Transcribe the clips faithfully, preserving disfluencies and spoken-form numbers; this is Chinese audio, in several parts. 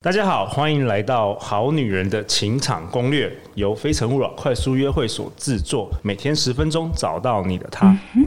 大家好，欢迎来到好女人的情场攻略，由非诚勿扰快速约会所制作，每天十分钟，找到你的他。嗯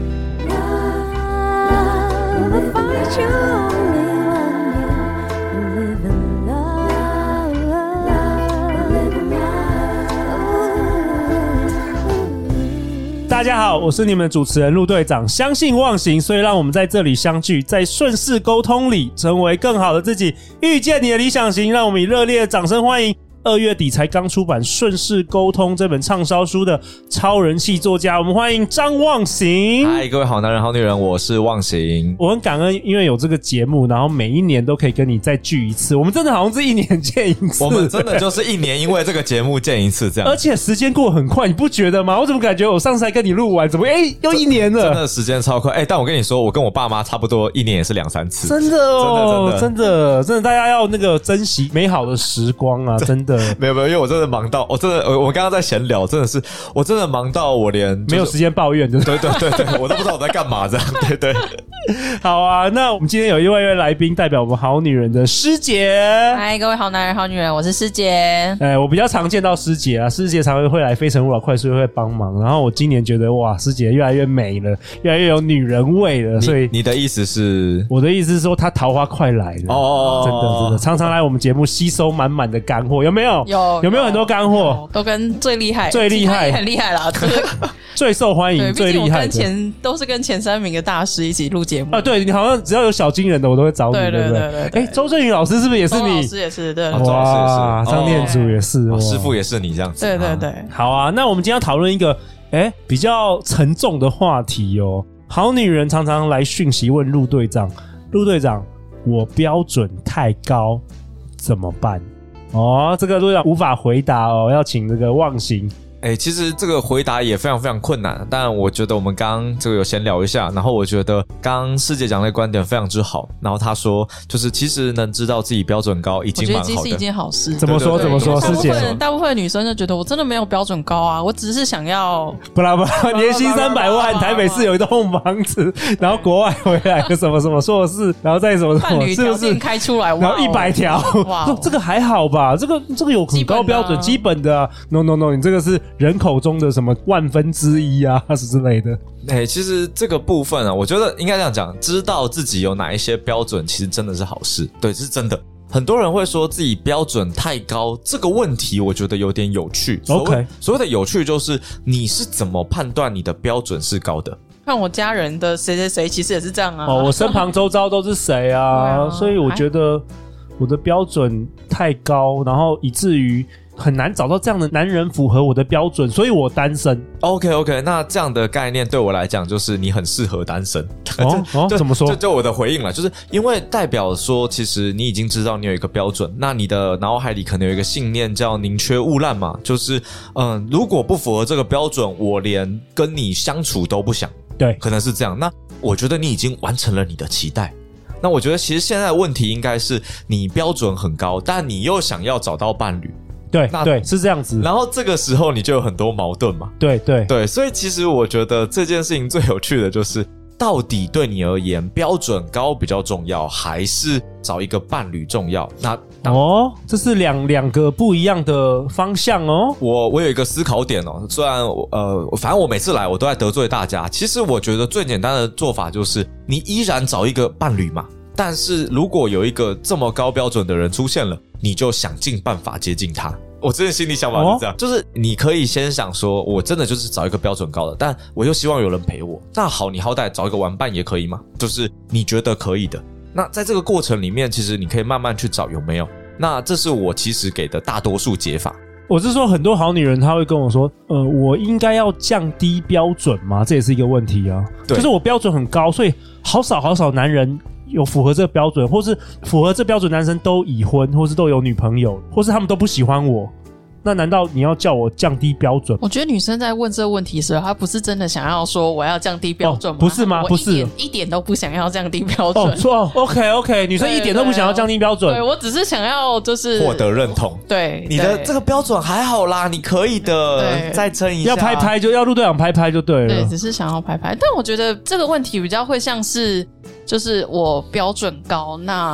大家好，我是你们的主持人陆队长。相信忘形，所以让我们在这里相聚，在顺势沟通里成为更好的自己，遇见你的理想型。让我们以热烈的掌声欢迎二月底才刚出版《顺势沟通》这本畅销书的超人气作家，我们欢迎张忘形。 嗨，各位好男人好女人，我是忘形。 我很感恩，因为有这个节目，然后每一年都可以跟你再聚一次。我们真的好像是一年见一次， 我们真的就是一年因为这个节目见一次这样。 而且时间过很快，你不觉得吗？我怎么感觉我上次才跟你录完，怎么哎又一年了？ 真的时间超快哎！但我跟你说，我跟我爸妈差不多，一年也是两三次。 真的哦， 真的真的真的，大家要那个珍惜美好的时光啊！真的没有没有，因为我真的忙到，我真的我我刚刚在闲聊，真的是我真的忙到我连、就是、 没有时间抱怨， 对对对对，我都不知道我在干嘛这样，对对。 好啊，那我们今天有一位来宾代表我们好女人的师姐。 嗨，各位好男人好女人，我是师姐。 哎，我比较常见到师姐啊，师姐常会来非诚勿扰快速会帮忙。然后我今年觉得哇，师姐越来越美了，越来越有女人味了。所以你, 你的意思是？ 我的意思是说，她桃花快来了哦，真的真的，常常来我们节目吸收满满的干货，有没有？ 有有没有很多干货？ 都跟最厉害、 最厉害、 也很厉害啦， 最受欢迎、最厉害的。 跟前都是跟前三名的大师一起录节目啊！对，你好像只要有小金人的，我都会找你， 对对不对对对。 哎，周振宇老师是不是也是你？ 老师也是，对。 哇，张念祖也是， 哦、师傅也是你这样子。 对对对。 好啊，那我们今天要讨论一个哎比较沉重的话题哦。好女人常常来讯息问陆队长，陆队长，我标准太高怎么办？哦，这个陆队长无法回答哦，要请这个忘形。 欸，其实这个回答也非常非常困难，但我觉得我们刚刚这个有闲聊一下，然后我觉得刚刚师姐讲的观点非常之好，然后她说就是其实能知道自己标准高已经蛮好的， 我觉得这是一件好事。 怎么说怎么说？师姐， 大部分女生就觉得我真的没有标准高啊，我只是想要不啦不啦，年薪三百万，台北市有一栋房子，然后国外回来个什么什么硕士，然后再什么什么， 伴侣条件开出来， 然后一百条，哇，这个还好吧？这个这个有很高标准，基本的啊 ，no no no， 你这个是人口中的什么万分之一啊之类的。 欸，其实这个部分啊，我觉得应该这样讲，知道自己有哪一些标准，其实真的是好事。对，是真的。很多人会说自己标准太高，这个问题我觉得有点有趣。 OK， 所谓的有趣就是你是怎么判断你的标准是高的？ 看我家人的谁谁谁，其实也是这样啊。 哦，我身旁周遭都是谁啊？啊所以我觉得我的标准太高，然后以至于很难找到这样的男人符合我的标准，所以我单身。 OK OK， 那这样的概念对我来讲，就是你很适合单身。 哦哦，怎么说？ 就就我的回应了，就是因为代表说，其实你已经知道你有一个标准，那你的脑海里可能有一个信念叫宁缺毋滥嘛，就是嗯，如果不符合这个标准，我连跟你相处都不想。 对， 可能是这样。那我觉得你已经完成了你的期待。那我觉得其实现在的问题应该是你标准很高，但你又想要找到伴侣。 对对，是这样子。 然后这个时候你就有很多矛盾嘛。 对对对，所以其实我觉得这件事情最有趣的就是，到底对你而言标准高比较重要，还是找一个伴侣重要？那哦，这是两两个不一样的方向哦。 我我有一个思考点哦，虽然呃，反正我每次来我都在得罪大家。其实我觉得最简单的做法就是，你依然找一个伴侣嘛。但是如果有一个这么高标准的人出现了，你就想尽办法接近他。我真的心里想法是这样，哦、就是你可以先想说，我真的就是找一个标准高的，但我又希望有人陪我。那好，你好歹找一个玩伴也可以嘛，就是你觉得可以的。那在这个过程里面，其实你可以慢慢去找有没有。那这是我其实给的大多数解法。 我是说，很多好女人她会跟我说，呃，我应该要降低标准吗？这也是一个问题啊。就是我标准很高，所以好少好少男人有符合这个标准，或是符合这标准男生都已婚，或是都有女朋友，或是他们都不喜欢我。那难道你要叫我降低标准？ 我觉得女生在问这个问题的时候，她不是真的想要说我要降低标准吗？ 哦、不是吗？不是， 一点一点都不想要降低标准。 哦，说 OK OK， 女生一点都不想要降低标准。 对，我只是想要就是获得认同。 对， 你的这个标准还好啦，你可以的，再撑一下。 要拍拍就要陆队长拍拍就对了。 对，只是想要拍拍。但我觉得这个问题比较会像是，就是我标准高，那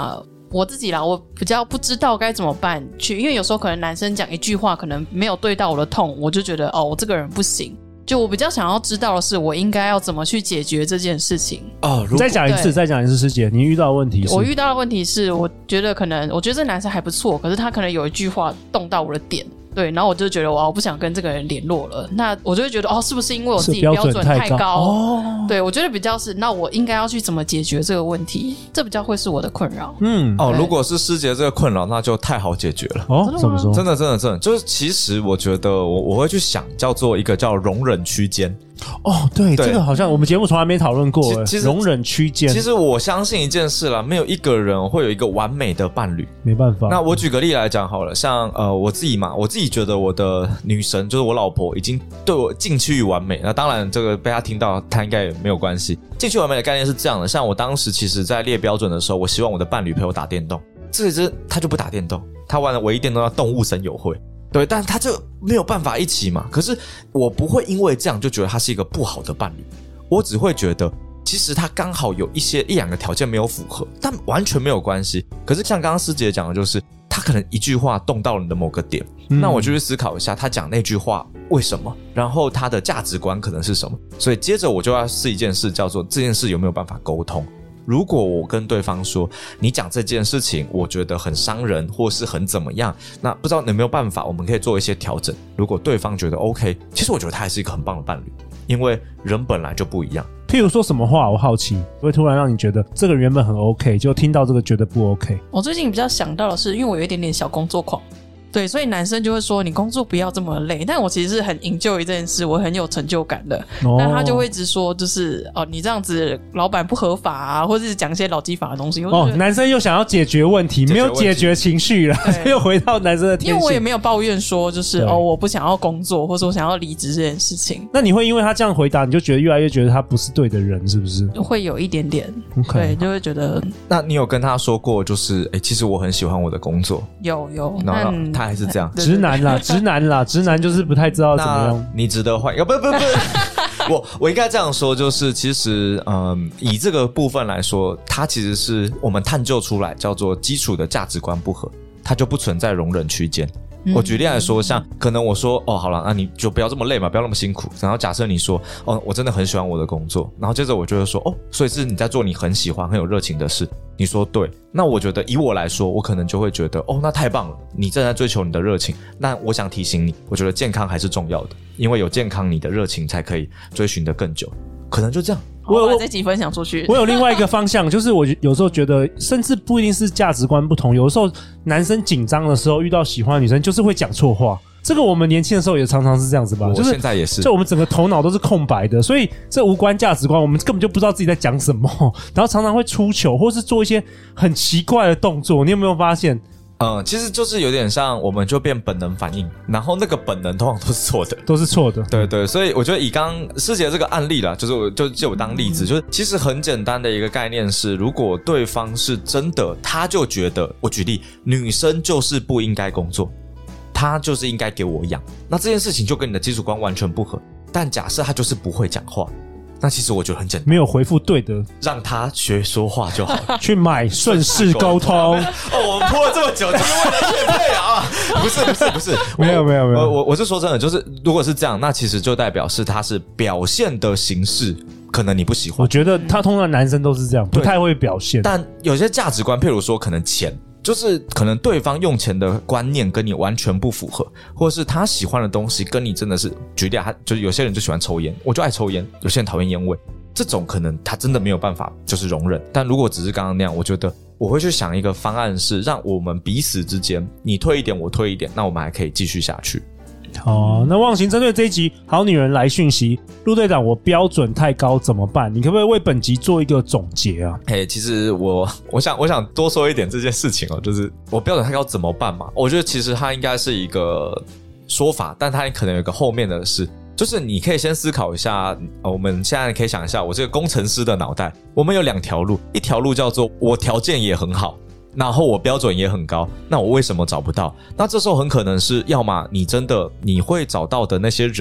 我自己啦，我比较不知道该怎么办去，因为有时候可能男生讲一句话可能没有对到我的痛，我就觉得哦，我这个人不行。就我比较想要知道的是，我应该要怎么去解决这件事情。 哦， 再讲一次，再讲一次，师姐，你遇到的问题是？ 我遇到的问题是，我觉得可能，我觉得这男生还不错，可是他可能有一句话动到我的点。对，然后我就觉得我不想跟这个人联络了，那我就会觉得哦，是不是因为我自己标准太高？ 太高哦， 对，我觉得比较是，那我应该要去怎么解决这个问题？这比较会是我的困扰。 嗯，哦，如果是师姐这个困扰，那就太好解决了。 哦，怎么说？ 真的，真的，真的，就是其实我觉得我我会去想，叫做一个叫容忍区间。 哦，对，这个好像我们节目从来没讨论过。 其实容忍区间， 其实我相信一件事啦，没有一个人会有一个完美的伴侣， 没办法。 那我举个例来讲好了，像呃我自己嘛，我自己觉得我的女神就是我老婆，已经对我近趋于完美。那当然，这个被她听到，她应该也没有关系。近趋完美的概念是这样的，像我当时其实在列标准的时候，我希望我的伴侣陪我打电动，这只他就不打电动，他玩的唯一电动叫动物森友会。对，但他就没有办法一起嘛。可是我不会因为这样就觉得他是一个不好的伴侣，我只会觉得其实他刚好有一些一两个条件没有符合，但完全没有关系。可是像刚刚师姐讲的，就是他可能一句话动到了你的某个点，嗯、那我就去思考一下他讲那句话为什么，然后他的价值观可能是什么。所以接着我就要试一件事，叫做这件事有没有办法沟通。如果我跟对方说你讲这件事情我觉得很伤人或是很怎么样，那不知道有没有办法我们可以做一些调整。如果对方觉得 OK， 其实我觉得他还是一个很棒的伴侣，因为人本来就不一样。 譬如说什么话我好奇会突然让你觉得这个人原本很 OK， 就听到这个觉得不 OK。 我最近比较想到的是，因为我有一点点小工作狂，对，所以男生就会说你工作不要这么累，但我其实是很 enjoy 这件事，我很有成就感的。哦、但他就会一直说就是哦，你这样子老板不合法啊，或者是讲一些劳基法的东西。 哦，男生又想要解决问题，没有解决情绪了，又回到男生的天性。 因为我也没有抱怨说就是哦我不想要工作，或者我想要离职这件事情。 那你会因为他这样回答，你就觉得越来越觉得他不是对的人，是不是？ 会有一点点， okay. 对，就会觉得。 那你有跟他说过就是哎，其实我很喜欢我的工作？ 有有， 那他还是这样。 直男啦，直男啦，直男就是不太知道怎么样。 你值得换，不不不不，我我应该这样说，就是其实，嗯，以这个部分来说，它其实是我们探究出来叫做基础的价值观不合，它就不存在容忍区间。我举例来说，像可能我说哦，好了，那你就不要这么累嘛，不要那么辛苦。然后假设你说哦，我真的很喜欢我的工作，然后接着我就会说哦，所以是你在做你很喜欢、很有热情的事。你说对，那我觉得以我来说，我可能就会觉得哦，那太棒了，你正在追求你的热情。那我想提醒你，我觉得健康还是重要的，因为有健康，你的热情才可以追寻得更久。可能就这样。 我把这集分享出去。 我有另外一个方向，就是我有时候觉得，甚至不一定是价值观不同，有的时候男生紧张的时候遇到喜欢的女生，就是会讲错话。这个我们年轻的时候也常常是这样子吧？ 我现在也是， 就我们整个头脑都是空白的，所以这无关价值观，我们根本就不知道自己在讲什么，然后常常会出糗，或是做一些很奇怪的动作。你有没有发现？ 嗯，其实就是有点像，我们就变本能反应，然后那个本能通常都是错的， 都是错的。 对对，所以我觉得以刚刚师姐这个案例啦，就是我就就我当例子，就是其实很简单的一个概念是，如果对方是真的，他就觉得，我举例，女生就是不应该工作，他就是应该给我养，那这件事情就跟你的基础观完全不合。但假设他就是不会讲话，那其实我觉得很简单， 没有回复对的， 让他学说话就好， 去买顺势沟通。 哦，我们拖了这么久，就是为了业配啊！不是不是不是， 没有没有没有， 我我我是说真的，就是如果是这样，那其实就代表是他是表现的形式，可能你不喜欢。 我觉得他通常男生都是这样，不太会表现。 但有些价值观，譬如说可能钱。就是可能对方用钱的观念跟你完全不符合，或者是他喜欢的东西跟你真的是举例，他就是有些人就喜欢抽烟，我就爱抽烟，有些人讨厌烟味，这种可能他真的没有办法就是容忍。但如果只是刚刚那样，我觉得我会去想一个方案，是让我们彼此之间你退一点我退一点，那我们还可以继续下去。 好，那忘形针对这一集好女人来讯息，陆队长，我标准太高怎么办？你可不可以为本集做一个总结啊？ 嘿、hey, 其实我我想我想多说一点这件事情哦，就是我标准太高怎么办嘛？我觉得其实它应该是一个说法，但它可能有一个后面的事，就是你可以先思考一下，我们现在可以想一下，我这个工程师的脑袋，我们有两条路，一条路叫做我条件也很好，然后我标准也很高，那我为什么找不到？那这时候很可能是要么你真的你会找到的那些人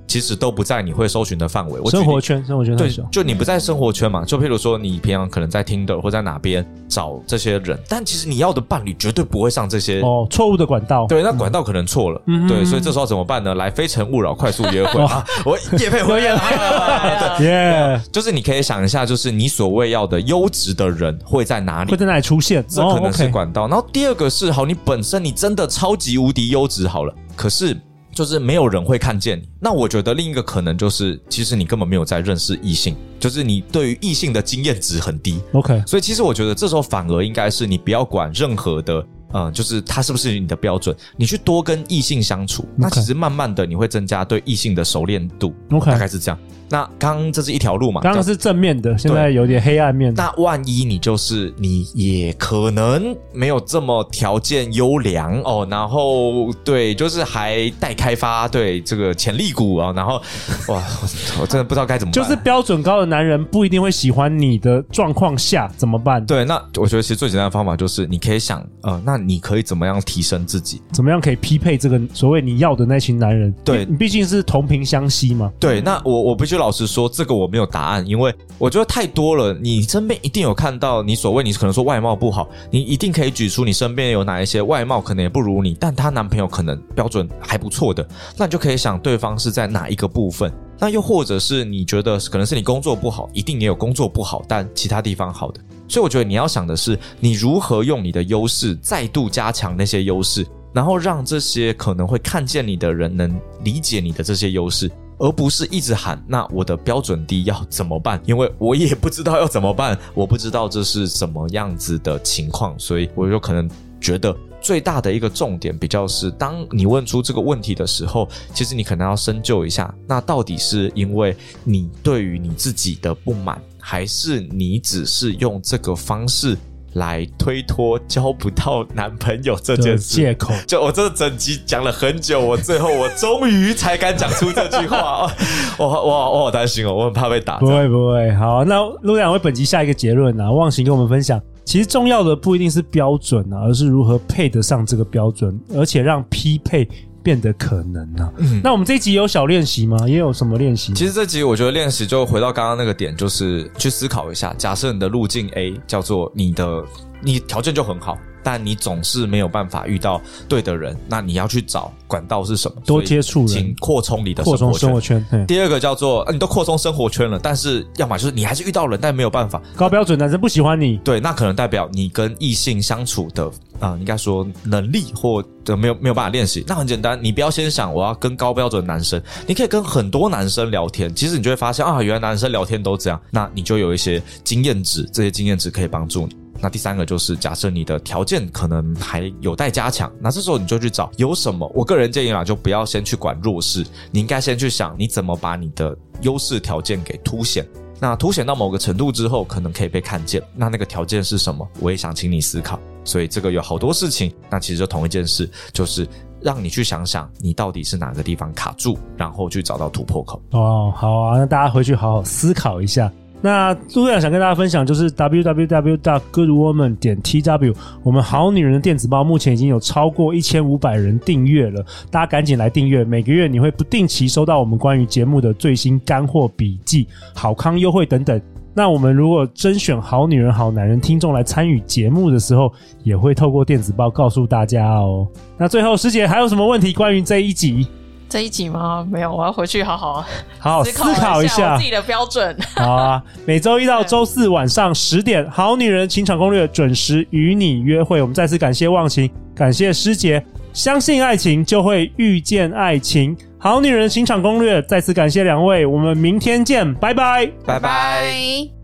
其实都不在你会搜寻的范围。 生活圈，生活圈对，就你不在生活圈嘛。就譬如说，你平常可能在 Tinder 或在哪边找这些人，但其实你要的伴侣绝对不会上这些哦，错误的管道。 对，那管道可能错了。嗯、对，所以这时候怎么办呢？来，非诚勿扰，快速约会啊！我业配回来了，耶！就是你可以想一下，就是你所谓要的优质的人会在哪里？ 会在哪里出现？ 这可能是管道。哦 okay、然后第二个是，好，你本身你真的超级无敌优质好了，可是就是没有人会看见你。那我觉得另一个可能就是，其实你根本没有在认识异性，就是你对于异性的经验值很低。 OK， 所以其实我觉得这时候反而应该是你不要管任何的。嗯，就是他是不是你的标准？你去多跟异性相处， okay. 那其实慢慢的你会增加对异性的熟练度。 OK， 大概是这样。那刚刚这是一条路嘛？ 刚刚是正面的，现在有点黑暗面。 那万一你就是你也可能没有这么条件优良哦，然后对，就是还待开发，对这个潜力股啊，然后哇，我, 我真的不知道该怎么办。 就是标准高的男人不一定会喜欢你的状况下怎么办？ 对，那我觉得其实最简单的方法就是你可以想，呃，那你可以怎么样提升自己？ 怎么样可以匹配这个所谓你要的那群男人？ 对， 你毕竟是同频相吸嘛。 对，那我我必须老实说，这个我没有答案，因为我觉得太多了。你身边一定有看到，你所谓你可能说外貌不好，你一定可以举出你身边有哪一些外貌可能也不如你，但她男朋友可能标准还不错的，那你就可以想对方是在哪一个部分。那又或者是你觉得可能是你工作不好，一定也有工作不好，但其他地方好的。所以我觉得你要想的是，你如何用你的优势再度加强那些优势，然后让这些可能会看见你的人能理解你的这些优势，而不是一直喊那我的标准低要怎么办，因为我也不知道要怎么办，我不知道这是什么样子的情况，所以我就可能觉得最大的一个重点比较是，当你问出这个问题的时候，其实你可能要深究一下，那到底是因为你对于你自己的不满，还是你只是用这个方式来推脱交不到男朋友这件事借口。 就我这整集讲了很久，我最后我终于才敢讲出这句话。我我我好担心哦，我很怕被打。 不会不会，好，那陆队长为本集下一个结论啊，忘形跟我们分享，其实重要的不一定是标准啊，而是如何配得上这个标准，而且让匹配变得可能啊、嗯、那我们这一集有小练习吗？也有什么练习？ 其实这集我觉得练习就回到刚刚那个点，就是去思考一下，假设你的路径 A 叫做你的你条件就很好，但你总是没有办法遇到对的人，那你要去找管道是什么？ 多接触人， 请扩充你的生活圈。 扩充生活圈。 第二个叫做、啊、你都扩充生活圈了，但是要么就是你还是遇到人，但没有办法， 高标准男生不喜欢你。 对，那可能代表你跟异性相处的啊、呃，应该说能力或的没有没有办法练习。那很简单，你不要先想我要跟高标准男生，你可以跟很多男生聊天，其实你就会发现啊，原来男生聊天都这样，那你就有一些经验值，这些经验值可以帮助你。那第三个就是假设你的条件可能还有待加强，那这时候你就去找有什么，我个人建议啦，就不要先去管弱势，你应该先去想你怎么把你的优势条件给凸显，那凸显到某个程度之后可能可以被看见，那那个条件是什么，我也想请你思考。所以这个有好多事情，那其实就同一件事，就是让你去想想你到底是哪个地方卡住，然后去找到突破口。 哦，好啊，那大家回去好好思考一下。那陆队长想跟大家分享就是 double u double u double u 点 good woman 点 t w 我们好女人的电子报目前已经有超过一千五百人订阅了，大家赶紧来订阅，每个月你会不定期收到我们关于节目的最新干货笔记、好康优惠等等。那我们如果甄选好女人好男人听众来参与节目的时候，也会透过电子报告诉大家哦。那最后师姐还有什么问题关于这一集？ 这一集吗？没有，我要回去好好好好思考一下我自己的标准。 好啊，每周一到周四晚上十点，好女人情场攻略准时与你约会。我们再次感谢忘情，感谢师姐，相信爱情就会遇见爱情。好女人情场攻略再次感谢两位，我们明天见，拜拜， 拜拜。